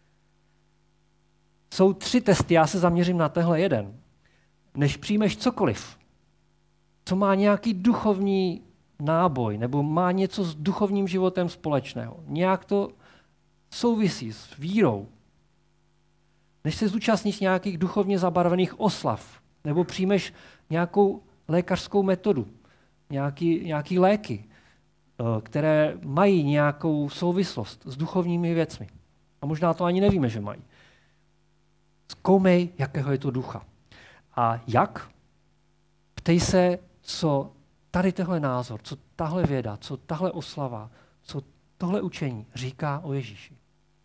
Jsou 3 testy, já se zaměřím na tenhle jeden. Než přijmeš cokoliv, co má nějaký duchovní náboj, nebo má něco s duchovním životem společného, nějak to souvisí s vírou, než se zúčastníš nějakých duchovně zabarvených oslav, nebo přijmeš nějakou lékařskou metodu, nějaký léky, které mají nějakou souvislost s duchovními věcmi. A možná to ani nevíme, že mají. Zkoumej, jakého je to ducha. A jak? Ptej se, co tady tenhle názor, co tahle věda, co tahle oslava, co tohle učení říká o Ježíši.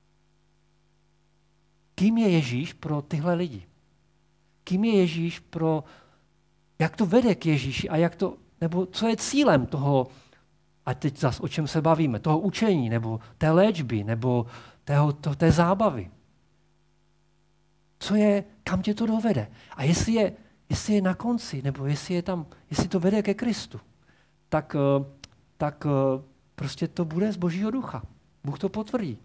Kým je Ježíš pro tyhle lidi? Kým je Ježíš pro, jak to vede k Ježíši a jak to, nebo co je cílem toho, a teď zase o čem se bavíme, toho učení, nebo té léčby, nebo té zábavy. Co je, kam tě to dovede? A jestli je na konci, nebo jestli to vede ke Kristu, tak prostě to bude z Božího ducha. Bůh to potvrdí.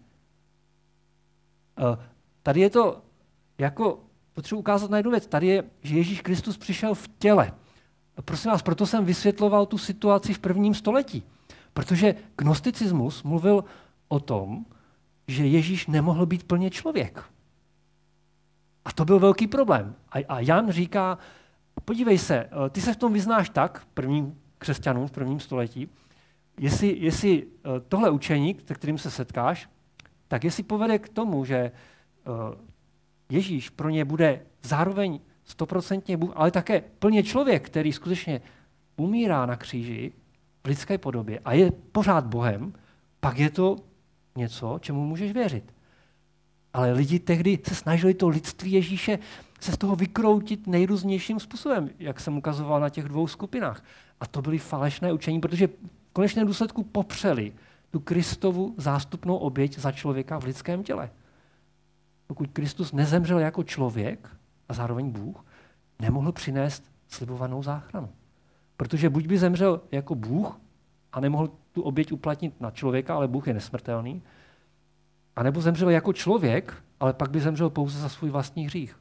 Tady je to, jako potřebuji ukázat na jednu věc, tady je, že Ježíš Kristus přišel v těle. Prosím vás, proto jsem vysvětloval tu situaci v 1. století. Protože gnosticismus mluvil o tom, že Ježíš nemohl být plně člověk. A to byl velký problém. A Jan říká, podívej se, ty se v tom vyznáš tak, prvním křesťanům v 1. století, jestli tohle učení, se kterým se setkáš, tak jestli povede k tomu, že Ježíš pro ně bude zároveň 100% Bůh, ale také plně člověk, který skutečně umírá na kříži v lidské podobě a je pořád Bohem, pak je to něco, čemu můžeš věřit. Ale lidi tehdy se snažili to lidství Ježíše se z toho vykroutit nejrůznějším způsobem, jak jsem ukazoval na těch 2 skupinách. A to byly falešné učení, protože v konečném důsledku popřeli tu Kristovu zástupnou oběť za člověka v lidském těle. Pokud Kristus nezemřel jako člověk a zároveň Bůh, nemohl přinést slibovanou záchranu. Protože buď by zemřel jako Bůh a nemohl tu oběť uplatnit na člověka, ale Bůh je nesmrtelný, anebo zemřel jako člověk, ale pak by zemřel pouze za svůj vlastní hřích.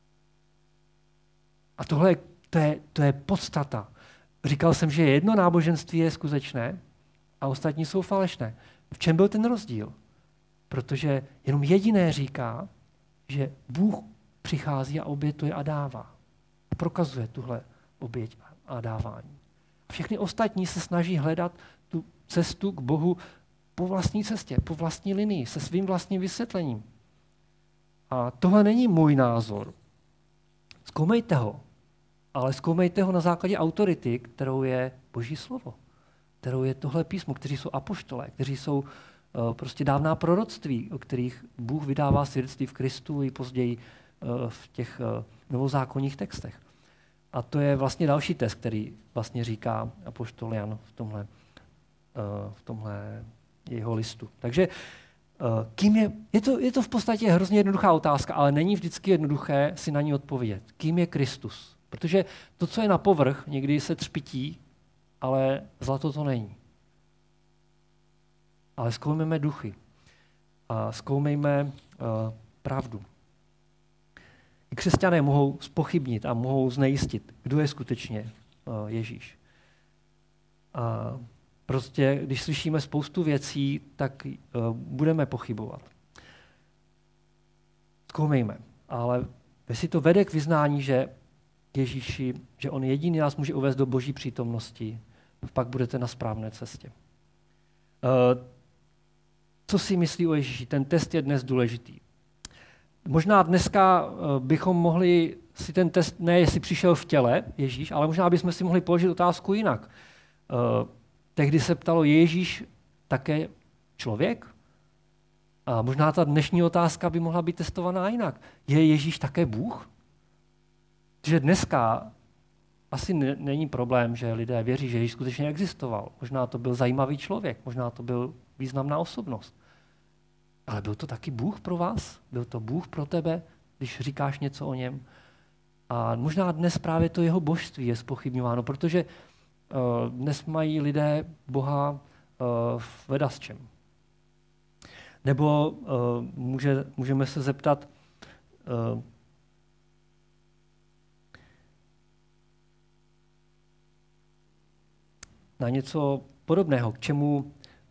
A tohle to je podstata. Říkal jsem, že jedno náboženství je skutečné a ostatní jsou falešné. V čem byl ten rozdíl? Protože jenom jediné říká, že Bůh přichází a obětuje a dává. A prokazuje tuhle oběť a dávání. A všechny ostatní se snaží hledat tu cestu k Bohu po vlastní cestě, po vlastní linii, se svým vlastním vysvětlením. A tohle není můj názor. Zkoumejte ho, ale zkoumejte ho na základě autority, kterou je Boží slovo, kterou je tohle písmo, kteří jsou apoštolé, kteří jsou prostě dávná proroctví, o kterých Bůh vydává svědectví v Kristu i později v těch novozákonních textech. A to je vlastně další test, který vlastně říká apoštol Jan v tomhle jeho listu. Takže kým je to v podstatě hrozně jednoduchá otázka, ale není vždycky jednoduché si na ní odpovědět. Kým je Kristus? Protože to, co je na povrch, někdy se třpytí, ale zlato to není. Ale zkoumejme duchy a zkoumejme pravdu. I křesťané mohou zpochybnit a mohou znejistit, kdo je skutečně Ježíš. A prostě, když slyšíme spoustu věcí, tak budeme pochybovat. Zkoumejme, ale jestli to vede k vyznání, že Ježíši, že on jediný nás může uvést do Boží přítomnosti, pak budete na správné cestě. Co si myslí o Ježíši? Ten test je dnes důležitý. Možná dneska bychom mohli si ten test, ne jestli přišel v těle Ježíš, ale možná bychom si mohli položit otázku jinak. Tehdy se ptalo, je Ježíš také člověk? A možná ta dnešní otázka by mohla být testovaná jinak. Je Ježíš také Bůh? Že dneska asi není problém, že lidé věří, že Ježíš skutečně existoval. Možná to byl zajímavý člověk, možná to byl významná osobnost. Ale byl to taky Bůh pro vás? Byl to Bůh pro tebe, když říkáš něco o něm? A možná dnes právě to jeho božství je zpochybňováno, protože dnes mají lidé Boha v ledasčem. Nebo můžeme se zeptat, na něco podobného, k čemu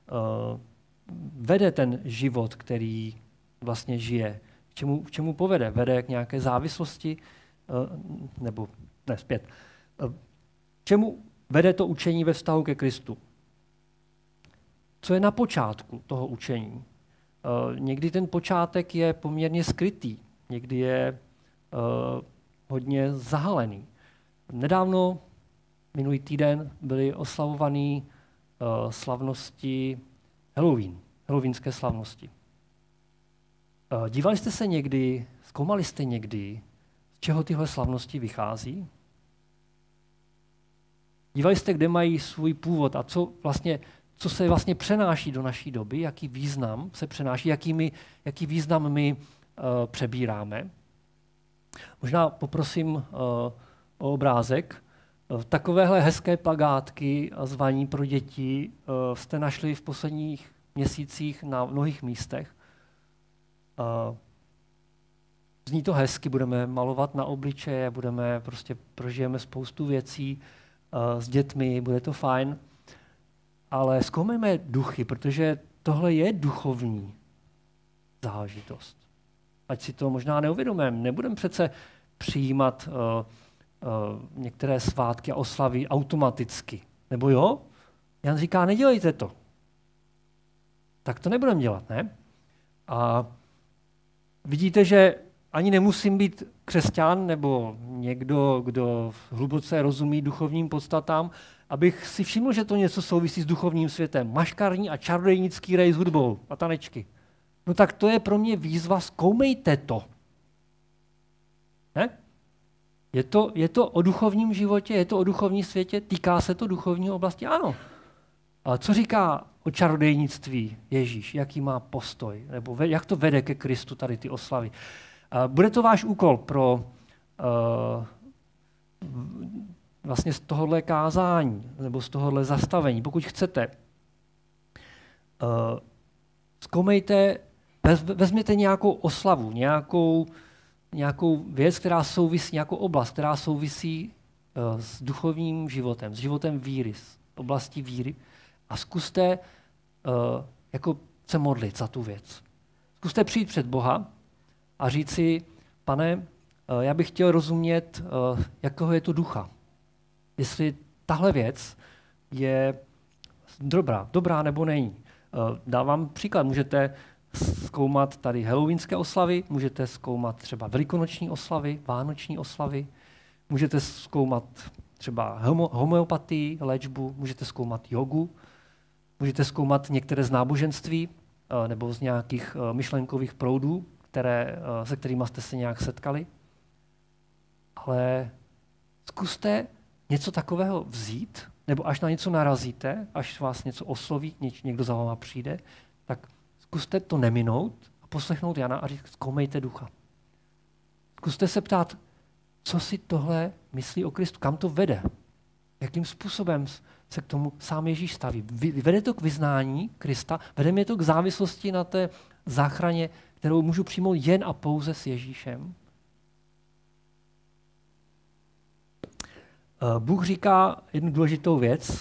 vede ten život, který vlastně žije. K čemu povede? Vede k nějaké závislosti? Nebo ne, zpět. Čemu vede to učení ve vztahu ke Kristu? Co je na počátku toho učení? Někdy ten počátek je poměrně skrytý, někdy je hodně zahalený. Nedávno, minulý týden, byly oslavované slavnosti halloweenské slavnosti. Dívali jste se někdy, zkoumali jste někdy, z čeho tyhle slavnosti vychází? Dívali jste, kde mají svůj původ a co se vlastně přenáší do naší doby, jaký význam se přenáší, jaký význam my přebíráme. Možná poprosím o obrázek. Takovéhle hezké plakátky a zvaní pro děti jste našli v posledních měsících na mnohých místech. Zní to hezky, budeme malovat na obličeje, prožijeme spoustu věcí s dětmi, bude to fajn. Ale zkoumejme duchy, protože tohle je duchovní záležitost. Ať si to možná neuvědomujeme. Nebudeme přece přijímat některé svátky a oslavy automaticky. Nebo jo? Jan říká, nedělejte to. Tak to nebudeme dělat, ne? A vidíte, že ani nemusím být křesťan nebo někdo, kdo hluboce rozumí duchovním podstatám, abych si všiml, že to něco souvisí s duchovním světem. Maškarní a čarodějnický rej s hudbou a tanečky. No tak to je pro mě výzva, zkoumejte to. Ne? Je to o duchovním životě, je to o duchovním světě, týká se to duchovní oblasti? Ano. Ale co říká o čarodějnictví Ježíš? Jaký má postoj? Nebo jak to vede ke Kristu tady ty oslavy? Bude to váš úkol pro vlastně z tohohle kázání nebo z tohohle zastavení. Pokud chcete, zkoumejte, vezměte nějakou oslavu, nějakou věc, která souvisí, nějakou oblast, která souvisí s duchovním životem, s životem víry, s oblastí víry a zkuste jako se modlit za tu věc. Zkuste přijít před Boha a říct si, Pane, já bych chtěl rozumět, jakého je to ducha. Jestli tahle věc je dobrá nebo není. Dávám příklad, můžete zkoumat tady halloweenské oslavy, můžete zkoumat třeba velikonoční oslavy, vánoční oslavy, můžete zkoumat třeba homeopatii, léčbu, můžete zkoumat jogu, můžete zkoumat některé z náboženství nebo z nějakých myšlenkových proudů, se kterými jste se nějak setkali. Ale zkuste něco takového vzít, nebo až na něco narazíte, až vás něco osloví, někdo za váma přijde, tak zkuste to neminout a poslechnout Jana a říct, zkoumejte ducha. Zkuste se ptát, co si tohle myslí o Kristu, kam to vede, jakým způsobem se k tomu sám Ježíš staví. Vede to k vyznání Krista, vede mě to k závislosti na té záchraně, kterou můžu přijmout jen a pouze s Ježíšem. Bůh říká jednu důležitou věc.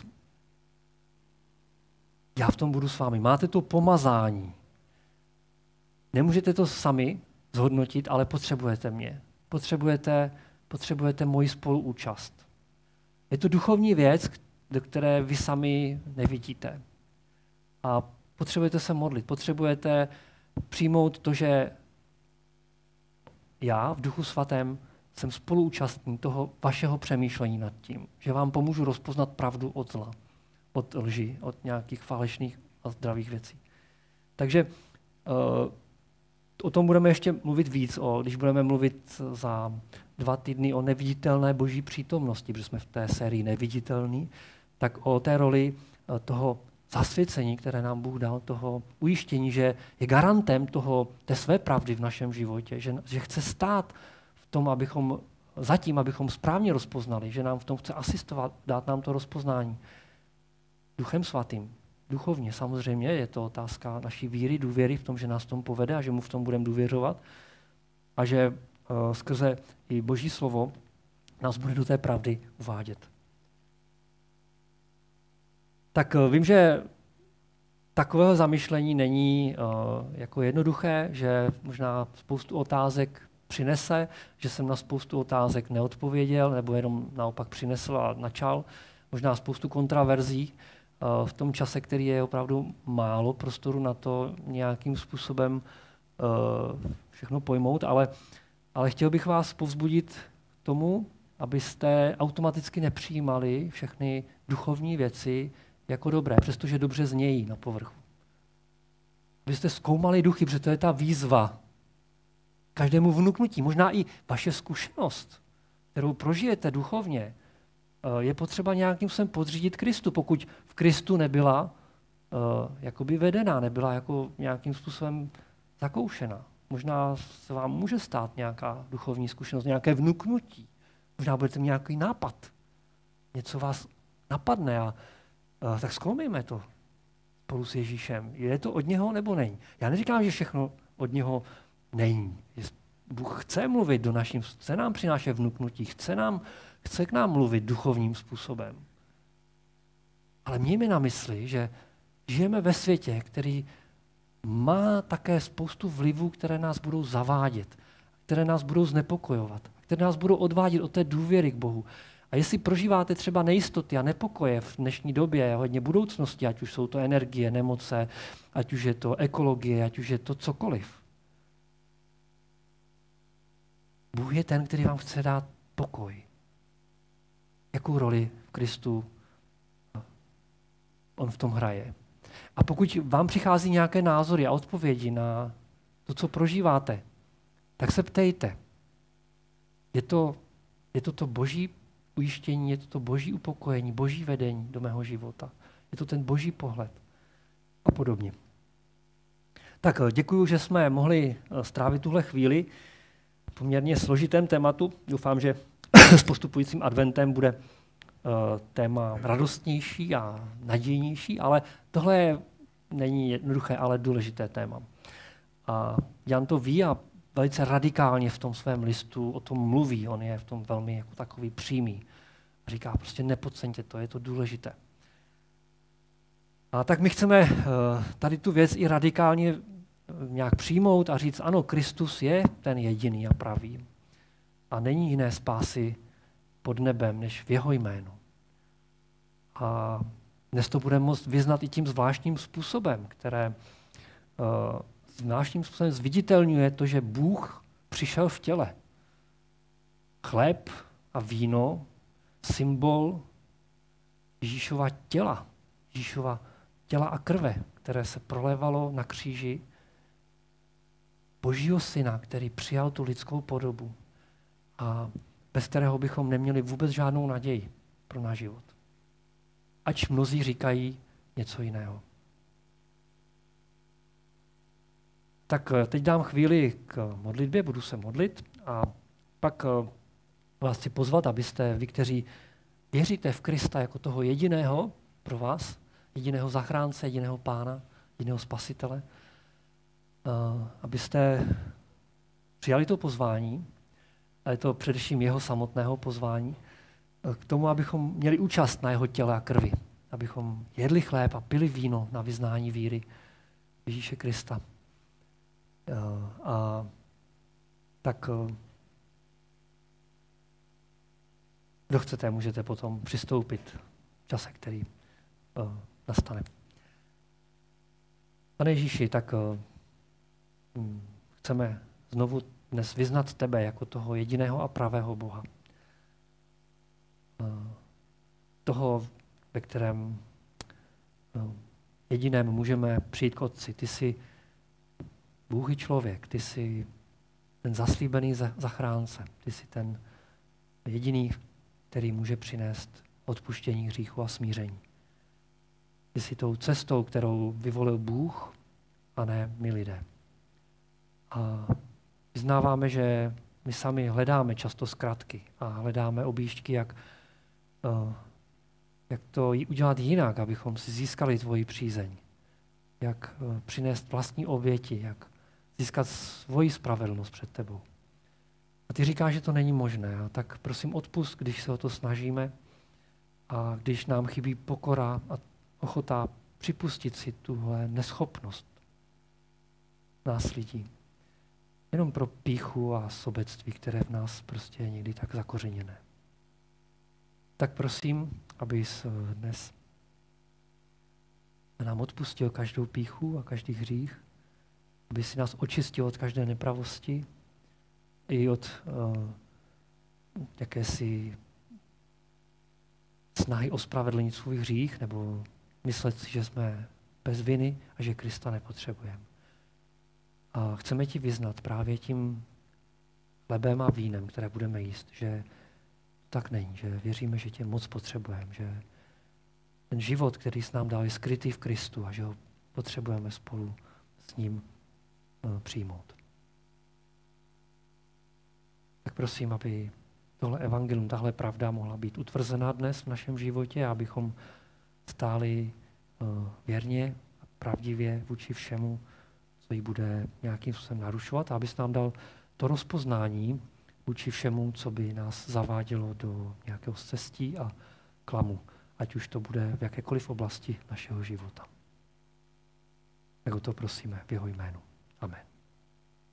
Já v tom budu s vámi. Máte to pomazání. Nemůžete to sami zhodnotit, ale potřebujete mě. Potřebujete moji spoluúčast. Je to duchovní věc, do které vy sami nevidíte. A potřebujete se modlit. Potřebujete přijmout to, že já v Duchu svatém jsem spoluúčastní toho vašeho přemýšlení nad tím, že vám pomůžu rozpoznat pravdu od zla, od lži, od nějakých falešných a zdravých věcí. Takže O tom budeme ještě mluvit víc, když budeme mluvit za 2 týdny o neviditelné boží přítomnosti, protože jsme v té sérii Neviditelný, tak o té roli toho zasvěcení, které nám Bůh dal, toho ujištění, že je garantem té své pravdy v našem životě, že chce stát v tom, abychom správně rozpoznali, že nám v tom chce asistovat, dát nám to rozpoznání Duchem Svatým. Duchovně samozřejmě je to otázka naší víry, důvěry v tom, že nás v tom povede a že mu v tom budeme důvěřovat a že skrze i Boží slovo nás bude do té pravdy uvádět. Tak vím, že takového zamyšlení není jako jednoduché, že možná spoustu otázek přinese, že jsem na spoustu otázek neodpověděl nebo jenom naopak přinesl a načal, možná spoustu kontraverzí v tom čase, který je opravdu málo prostoru na to nějakým způsobem všechno pojmout, ale chtěl bych vás povzbudit k tomu, abyste automaticky nepřijímali všechny duchovní věci jako dobré, přestože dobře znějí na povrchu. Abyste zkoumali duchy, protože to je ta výzva každému vnuknutí. Možná i vaše zkušenost, kterou prožijete duchovně, je potřeba nějakým způsobem podřídit Kristu, pokud v Kristu nebyla jakoby vedená, nebyla jako nějakým způsobem zakoušena. Možná se vám může stát nějaká duchovní zkušenost, nějaké vnuknutí. Možná budete mít nějaký nápad. Něco vás napadne a tak zkoumejme to spolu s Ježíšem. Je to od něho nebo není? Já neříkám, že všechno od něho není. Bůh chce mluvit chce nám přinášet vnuknutí, chce k nám mluvit duchovním způsobem. Ale mějme na mysli, že žijeme ve světě, který má také spoustu vlivů, které nás budou zavádět, které nás budou znepokojovat, které nás budou odvádět od té důvěry k Bohu. A jestli prožíváte třeba nejistoty a nepokoje v dnešní době, hodně budoucnosti, ať už jsou to energie, nemoce, ať už je to ekologie, ať už je to cokoliv. Bůh je ten, který vám chce dát pokoj. Jakou roli v Kristu on v tom hraje. A pokud vám přichází nějaké názory a odpovědi na to, co prožíváte, tak se ptejte. Je to boží ujištění, je to boží upokojení, boží vedení do mého života. Je to ten boží pohled a podobně. Tak děkuji, že jsme mohli strávit tuhle chvíli v poměrně složitém tématu. Doufám, že s postupujícím adventem bude téma radostnější a nadějnější, ale tohle není jednoduché, ale důležité téma. A Jan to ví a velice radikálně v tom svém listu o tom mluví. On je v tom velmi jako takový přímý. Říká prostě nepodceňte to, je to důležité. A tak my chceme tady tu věc i radikálně nějak přijmout a říct, ano, Kristus je ten jediný a pravý. A není jiné spásy pod nebem, než v jeho jménu. A dnes to budeme moct vyznat i tím zvláštním způsobem, které zvláštním způsobem zviditelňuje to, že Bůh přišel v těle. Chléb a víno, symbol Ježíšova těla. Ježíšova těla a krve, které se prolévalo na kříži. Božího syna, který přijal tu lidskou podobu a bez kterého bychom neměli vůbec žádnou naději pro náš život. Ač mnozí říkají něco jiného. Tak teď dám chvíli k modlitbě, budu se modlit a pak vás chci pozvat, abyste vy, kteří věříte v Krista jako toho jediného pro vás, jediného zachránce, jediného pána, jediného spasitele, abyste přijali to pozvání, a je to především jeho samotného pozvání, k tomu, abychom měli účast na jeho těle a krvi, abychom jedli chléb a pili víno na vyznání víry Ježíše Krista. Tak kdo chcete, můžete potom přistoupit v čase, který nastane. Pane Ježíši, tak chceme znovu dnes vyznat tebe jako toho jediného a pravého Boha. Toho, ve kterém jediném můžeme přijít k Otci. Ty jsi Bůh i člověk, ty jsi ten zaslíbený zachránce, ty jsi ten jediný, který může přinést odpuštění hříchu a smíření. Ty jsi tou cestou, kterou vyvolil Bůh, a ne my lidé. A vyznáváme, že my sami hledáme často zkratky a hledáme objížďky, jak to udělat jinak, abychom si získali tvoji přízeň. Jak přinést vlastní oběti, jak získat svoji spravedlnost před tebou. A ty říkáš, že to není možné, a tak prosím odpusť, když se o to snažíme a když nám chybí pokora a ochota připustit si tuhle neschopnost nás lidí. Jenom pro pýchu a sobectví, které v nás prostě je někdy tak zakořeněné. Tak prosím, abys dnes nám odpustil každou pýchu a každý hřích, aby si nás očistil od každé nepravosti i od jakési snahy ospravedlnit svůj hřích nebo myslet si, že jsme bez viny a že Krista nepotřebujeme. A chceme ti vyznat právě tím chlebem a vínem, které budeme jíst, že tak není, že věříme, že tě moc potřebujeme, že ten život, který jsi nám dal, je skrytý v Kristu a že ho potřebujeme spolu s ním přijmout. Tak prosím, aby tohle evangelium, tahle pravda mohla být utvrzená dnes v našem životě, abychom stáli věrně a pravdivě vůči všemu, co ji bude nějakým způsobem narušovat, a abys nám dal to rozpoznání vůči všemu, co by nás zavádělo do nějakého scestí a klamu, ať už to bude v jakékoliv oblasti našeho života. Tak o to prosíme v jeho jménu. Amen.